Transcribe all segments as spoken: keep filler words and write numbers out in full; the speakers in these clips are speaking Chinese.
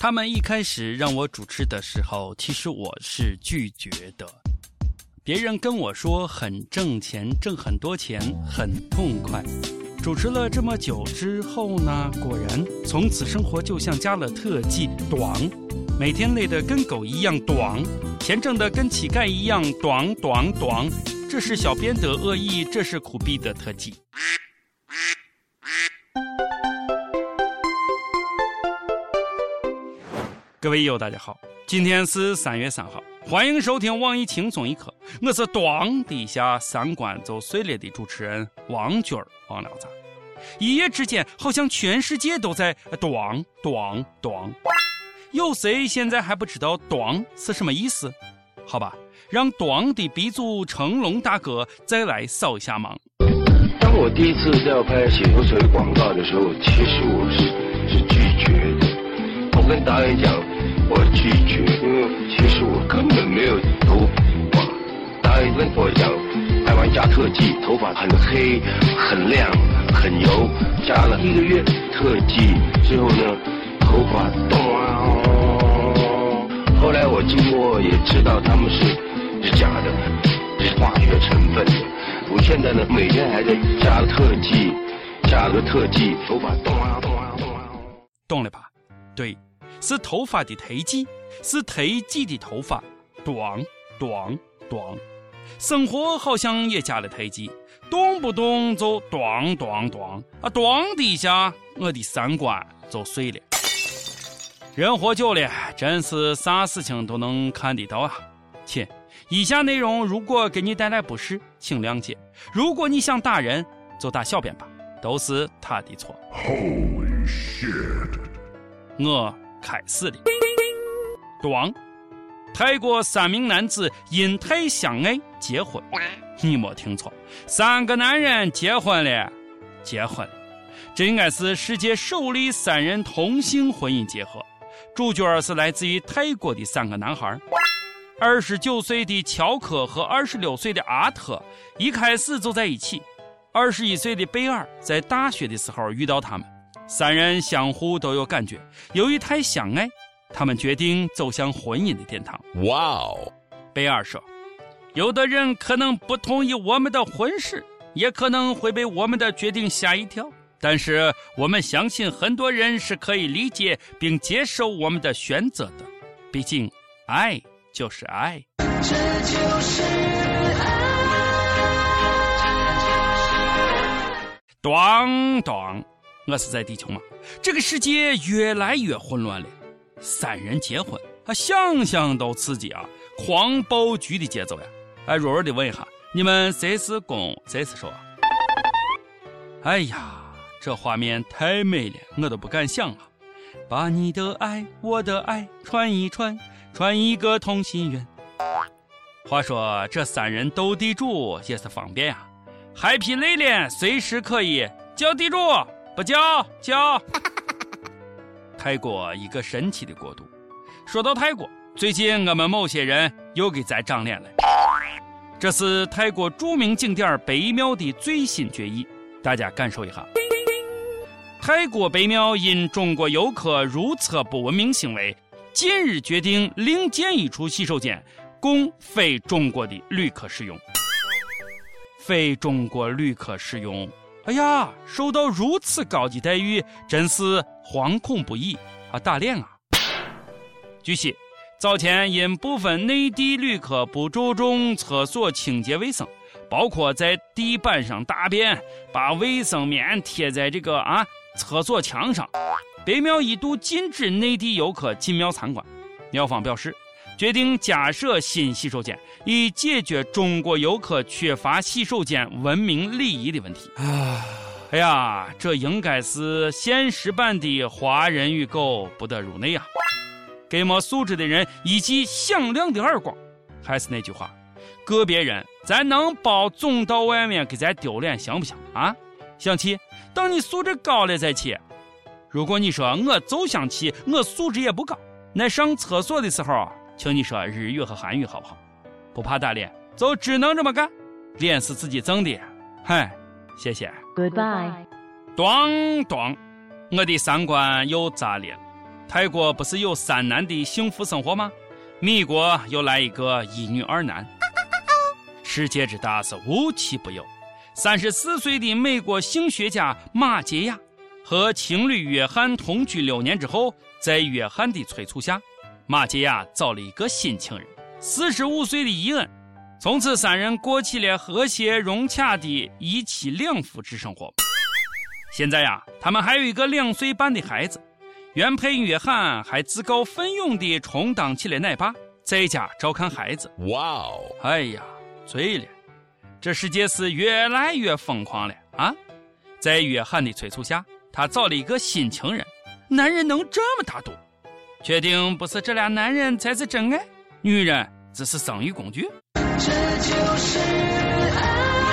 他们一开始让我主持的时候，其实我是拒绝的。别人跟我说很挣钱，挣很多钱，很痛快。主持了这么久之后呢，果然从此生活就像加了特技，短，每天累得跟狗一样短，钱挣得跟乞丐一样短短短。这是小编的恶意，这是苦逼的特技。各位友大家好，今天是三月三号，欢迎收听网易轻松一刻，我是短底下三观走碎裂的主持人王军儿王聊子。一夜之间好像全世界都在短短短，有谁现在还不知道短是什么意思？好吧，让短的鼻祖成龙大哥再来扫一下盲。 当我第一次要拍洗头水广告的时候，其实我是是拒绝的。我跟导演讲我拒绝，因为其实我根本没有头发。导演跟我讲拍完加特技，头发很黑很亮很油，加了一个月特技之后呢，头发咚啊。后来我经过也知道他们是是假的，是化学成分的。我现在呢每天还在加特技，加个特技，头发咚啊咚啊咚啊。 懂了吧？对，是头发的特技，是特技的头发，短短短。生活好像也加了特技，动不动就短短短啊，短的一下，我的三观就碎了。人活久了，真是啥事情都能看得到啊。切，以下内容如果给你带来不适，请谅解。如果你想打人，就打小编吧，都是他的错。 Holy shit！ 我开始了。短，泰国三名男子因太相爱结婚。你没听错，三个男人结婚了，结婚了。这应该是世界首例三人同性婚姻结合。主角是来自于泰国的三个男孩，二十九岁的乔克和二十六岁的阿特一开始就在一起。二十一岁的贝尔在大学的时候遇到他们，三人相互都有感觉，由于太相爱，他们决定走向婚姻的殿堂。 哇哦！ 贝尔说，有的人可能不同意我们的婚事，也可能会被我们的决定吓一跳，但是我们相信很多人是可以理解并接受我们的选择的，毕竟爱就是爱。 这就是爱。 短短，我是在地球嘛，这个世界越来越混乱了。三人结婚啊，想想都刺激啊，狂暴剧的节奏呀！哎，弱弱的问一下，你们谁是攻，谁是受啊？哎呀，这画面太美了，我都不敢想啊！把你的爱，我的爱传一传，传一个同心圆。话说这三人斗地主也是方便呀、啊，嗨皮累了随时可以叫地主，不叫叫。泰国一个神奇的国度。说到泰国，最近我们某些人又给咱长脸了。这是泰国著名景点北庙的最新决议，大家感受一下。泰国北庙因中国游客如厕不文明行为，近日决定另建一处洗手间，供非中国的旅客使用。非中国旅客使用，哎呀，受到如此高级待遇，真是惶恐不已啊！打脸啊！据悉，早前因部分内地旅客不注重厕所清洁卫生，包括在地板上大便，把卫生棉贴在这个啊厕所墙上，北庙一度禁止内地游客进庙参观。庙方表示，决定加设新洗手间，以解决中国游客缺乏洗手间文明礼仪的问题。哎呀，这应该是现实版的华人与狗不得入内啊！给没素质的人一记响亮的耳光。还是那句话，个别人咱能包总到外面给咱丢脸行不行啊？想气，等你素质高了再气。如果你说我就想气，我素质也不高，那上厕所的时候请你说日语和韩语好不好？不怕打脸，就只能这么干，脸是自己挣的。嗨，谢谢。 Goodbye。 咚咚，我的三观又炸裂了。 泰国不是有三男的幸福生活吗？米国又来一个一女二男。世界之大是无奇不有。三十四岁的美国性学家马杰亚和情侣约翰同居六年之后，在约翰的催促下，马杰亚找了一个新情人，四十五岁的伊恩。从此三人过起了和谐融洽的一妻两夫之生活。现在呀，他们还有一个两岁半的孩子。原配约翰还自告奋勇地充当起了奶爸，在家照看孩子。 哇哦！ 哎呀，醉了！这世界是越来越疯狂了啊！在约翰的催促下，他找了一个新情人。男人能这么大度？确定不是这俩男人才是真爱？女人只是生育工具？ 这就是爱。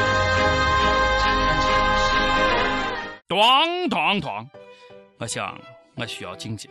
咚咚咚！我想我需要静静。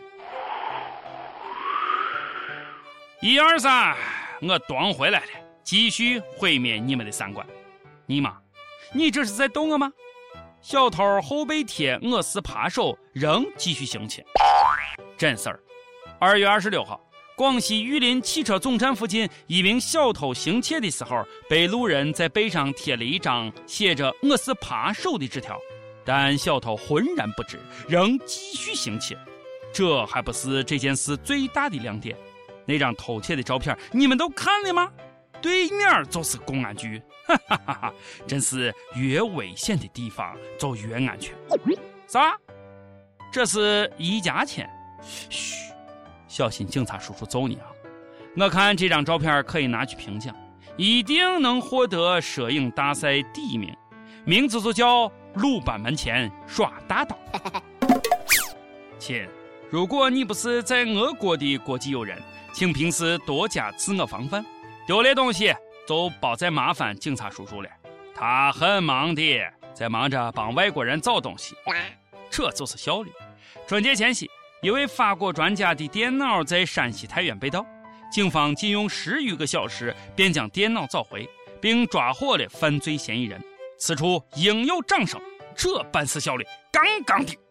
一二三，我端回来了，继续毁灭你们的三观。你妈，你这是在逗我吗？小偷后背贴我是扒手仍继续行窃。真事儿。二月二十六号，广西玉林汽车总站附近，一名小偷行窃的时候，被路人在背上贴了一张写着我是扒手的纸条。但小偷浑然不知，仍继续行窃。这还不是这件事最大的亮点。那张偷窃的照片你们都看了吗？对面就是公安局，哈哈哈哈！真是越危险的地方就越安全。啥？这是一家钱？嘘，小心警察叔叔揍你啊！我看这张照片可以拿去评奖，一定能获得摄影大赛第一名，名字就叫鲁班门前耍大刀。亲，如果你不是在俄国的国际友人，请平时多加自我防范，丢了东西就别再麻烦警察叔叔了，他很忙的，在忙着帮外国人找东西，这就是效率。春节前夕，一位法国专家的电脑在山西太原被盗，警方仅用十余个小时便将电脑找回，并抓获了犯罪嫌疑人。此处应有掌声，这办事效率杠杠的。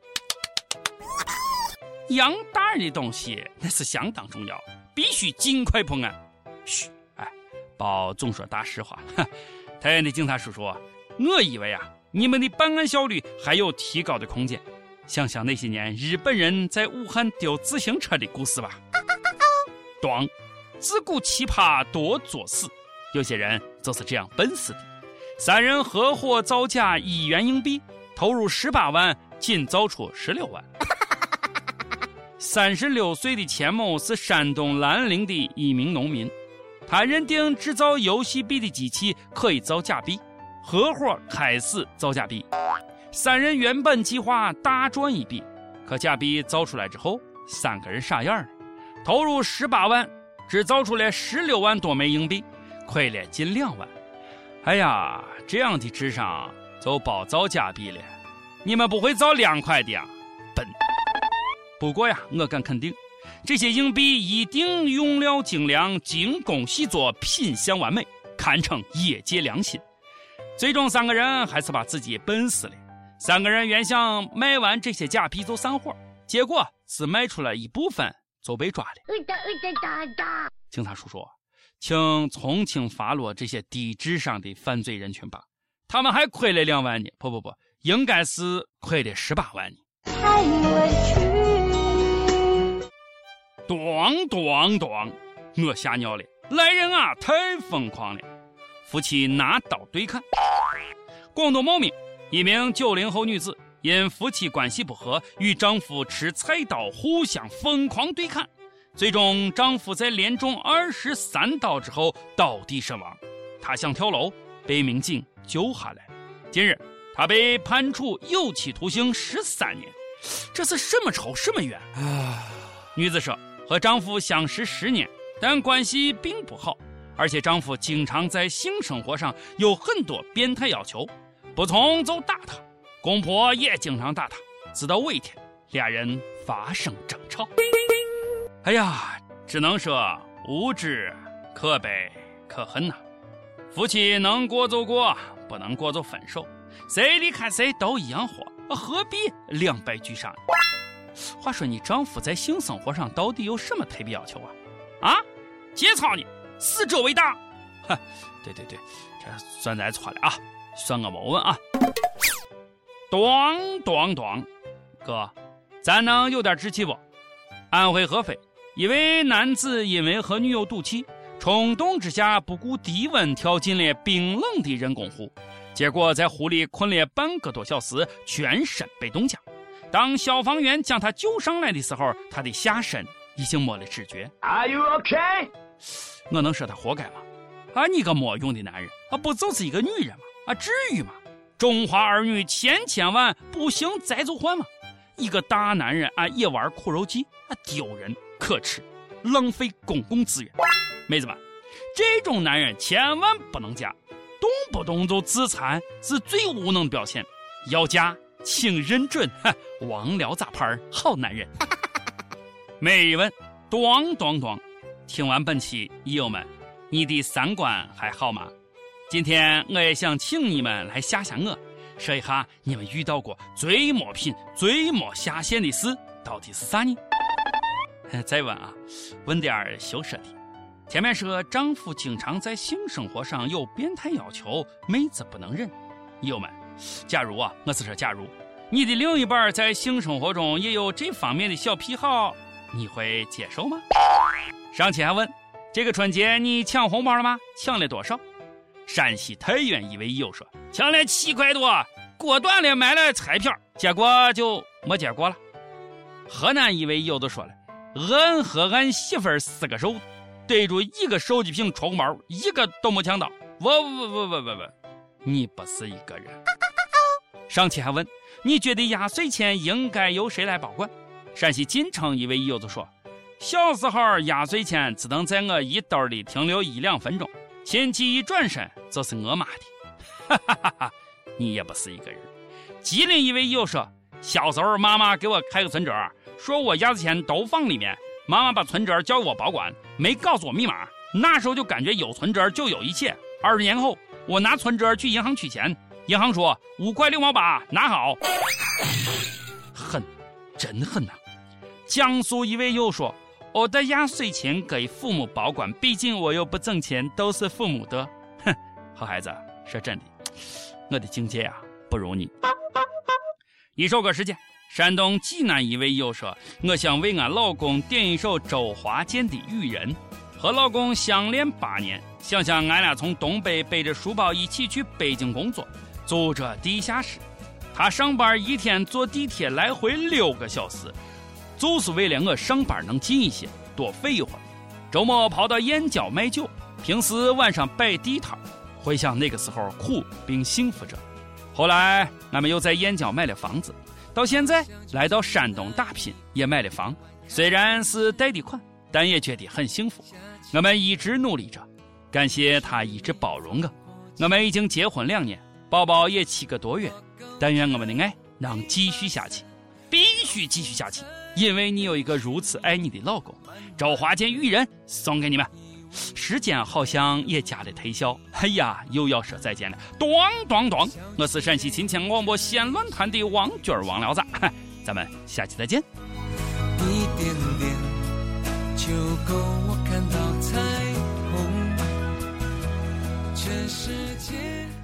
杨大人的东西那是相当重要，必须尽快破案。嘘，哎，别总说大实话。太原的警察叔叔，我以为啊，你们的办案效率还有提高的空间。想想那些年日本人在武汉丢自行车的故事吧。咚，自古奇葩多作死，有些人就是这样笨死的。三人合伙造假一元硬币，投入十八万，仅造出十六万。三十六岁的钱某是山东兰陵的一名农民，他认定制造游戏币的机器可以造假币，合伙开始造假币。三人原本计划大赚一笔，可假币造出来之后，三个人傻眼了，投入十八万，只造出了十六万多枚硬币，亏了近两万。哎呀，这样的智商就别造假币了，你们不会造两块的呀，笨。不过呀，我敢肯定，这些硬币一定用料精良，精工细作，品相完美，堪称业界良心。最终三个人还是把自己笨死了。三个人原想卖完这些假币就散伙，结果只卖出了一部分就被抓了。警察叔叔，请从轻发落这些低智商的犯罪人群吧，他们还亏了两万呢，不不不，应该是亏了十八万呢。 太委屈。 咚咚咚，我吓尿了，来人啊，太疯狂了！夫妻拿刀对看。广东茂名一名九零后女子因夫妻关系不和，与丈夫持菜刀互相疯狂对看，最终丈夫在连中二十三刀之后倒地身亡。她想跳楼，被民警救下来。近日，她被判处有期徒刑十三年。这是什么仇什么怨啊？女子说，和丈夫相识十年，但关系并不好，而且丈夫经常在性生活上有很多变态要求，不从就打他，公婆也经常打他，直到有一天俩人发生争吵。哎呀，只能说无知可悲可恨呐、啊！夫妻能过就过，不能过就分手，谁离开谁都一样活，何必两败俱伤？ 话说你丈夫在性生活上到底有什么特别要求啊？啊，节操你，死者为大。哈，对对对，这算咱错了啊，算我没问啊。咣咣咣，哥，咱能有点志气不？安徽合肥，一位男子因为和女友赌气，冲动之下不顾低温跳进了冰冷的人工湖，结果在湖里困了半个多小时，全身被冻僵。当消防员将他救上来的时候，他的下身已经没了知觉。 Are you okay？ 我能说他活该吗？啊，你个没用的男人啊，不就是一个女人吗？啊，至于吗？中华儿女千千万，不行再就换吗？一个大男人啊，也玩苦肉计啊，丢人可耻，浪费公共资源。妹子们，这种男人千万不能嫁，动不动就自残是最无能的表现。要嫁请认准王辽杂牌好男人。每日问咚咚咚，听完本期益友们，你的三观还好吗？今天我也想请你们来吓吓我，说一下你们遇到过最没品最没下限的事到底是啥呢？再问啊，问点羞涩的。前面说丈夫经常在性生活上有变态要求，妹子不能忍。益友们，假如啊，我是说假如你的另一半在性生活中也有这方面的小癖好，你会接受吗？上期还问这个春节你抢红包了吗？抢了多少？山西太原一位益友说抢了七块多，果断的买了彩票，结果就没结果了。河南一位益友都说了，俺和俺媳妇儿四个手对住一个手机屏充包，一个都没抢到。我我我我我我，你不是一个人。上期还问你觉得压岁钱应该由谁来保管？山西晋城一位益友就说，小时候压岁钱只能在我衣兜里停留一两分钟，亲戚一转身就是我妈的。哈哈哈哈，你也不是一个人。吉林一位益友说，小时候妈妈给我开个存折，说我压岁钱都放里面，妈妈把存折交给我保管，没告诉我密码。那时候就感觉有存折就有一切。二十年后，我拿存折去银行取钱，银行说五块六毛八，拿好。狠，真狠呐、啊！江苏一位又说，我的压岁钱给父母保管，毕竟我又不挣钱，都是父母的。哼，好孩子，说真的，我的境界啊不如你。一首歌时间，山东济南一位又说，我想为俺老公点一首周华健的《雨人》。和老公相恋八年，想想俺俩从东北背着书包一起去北京工作，住着地下室。他上班一天坐地铁来回六个小时，就是为了我上班能近一些，多费一会儿。周末跑到燕郊卖酒，平时晚上摆地摊。回想那个时候苦并幸福着。后来俺们又在燕郊买了房子，到现在来到山东打拼也买了房，虽然是贷的款，但也觉得很幸福。我们一直努力着，感谢他一直包容我。我们已经结婚两年，宝宝也七个多月，但愿我们的爱能继续下去，必须继续下去，因为你有一个如此爱你的老公。周华健《雨人》送给你们。时间好像也加了特效，哎呀，又要说再见了。咚咚咚，我是陕西秦腔广播西安论坛的王军王聊子，咱们下期再见。 一点点就够我看到彩虹，全世界。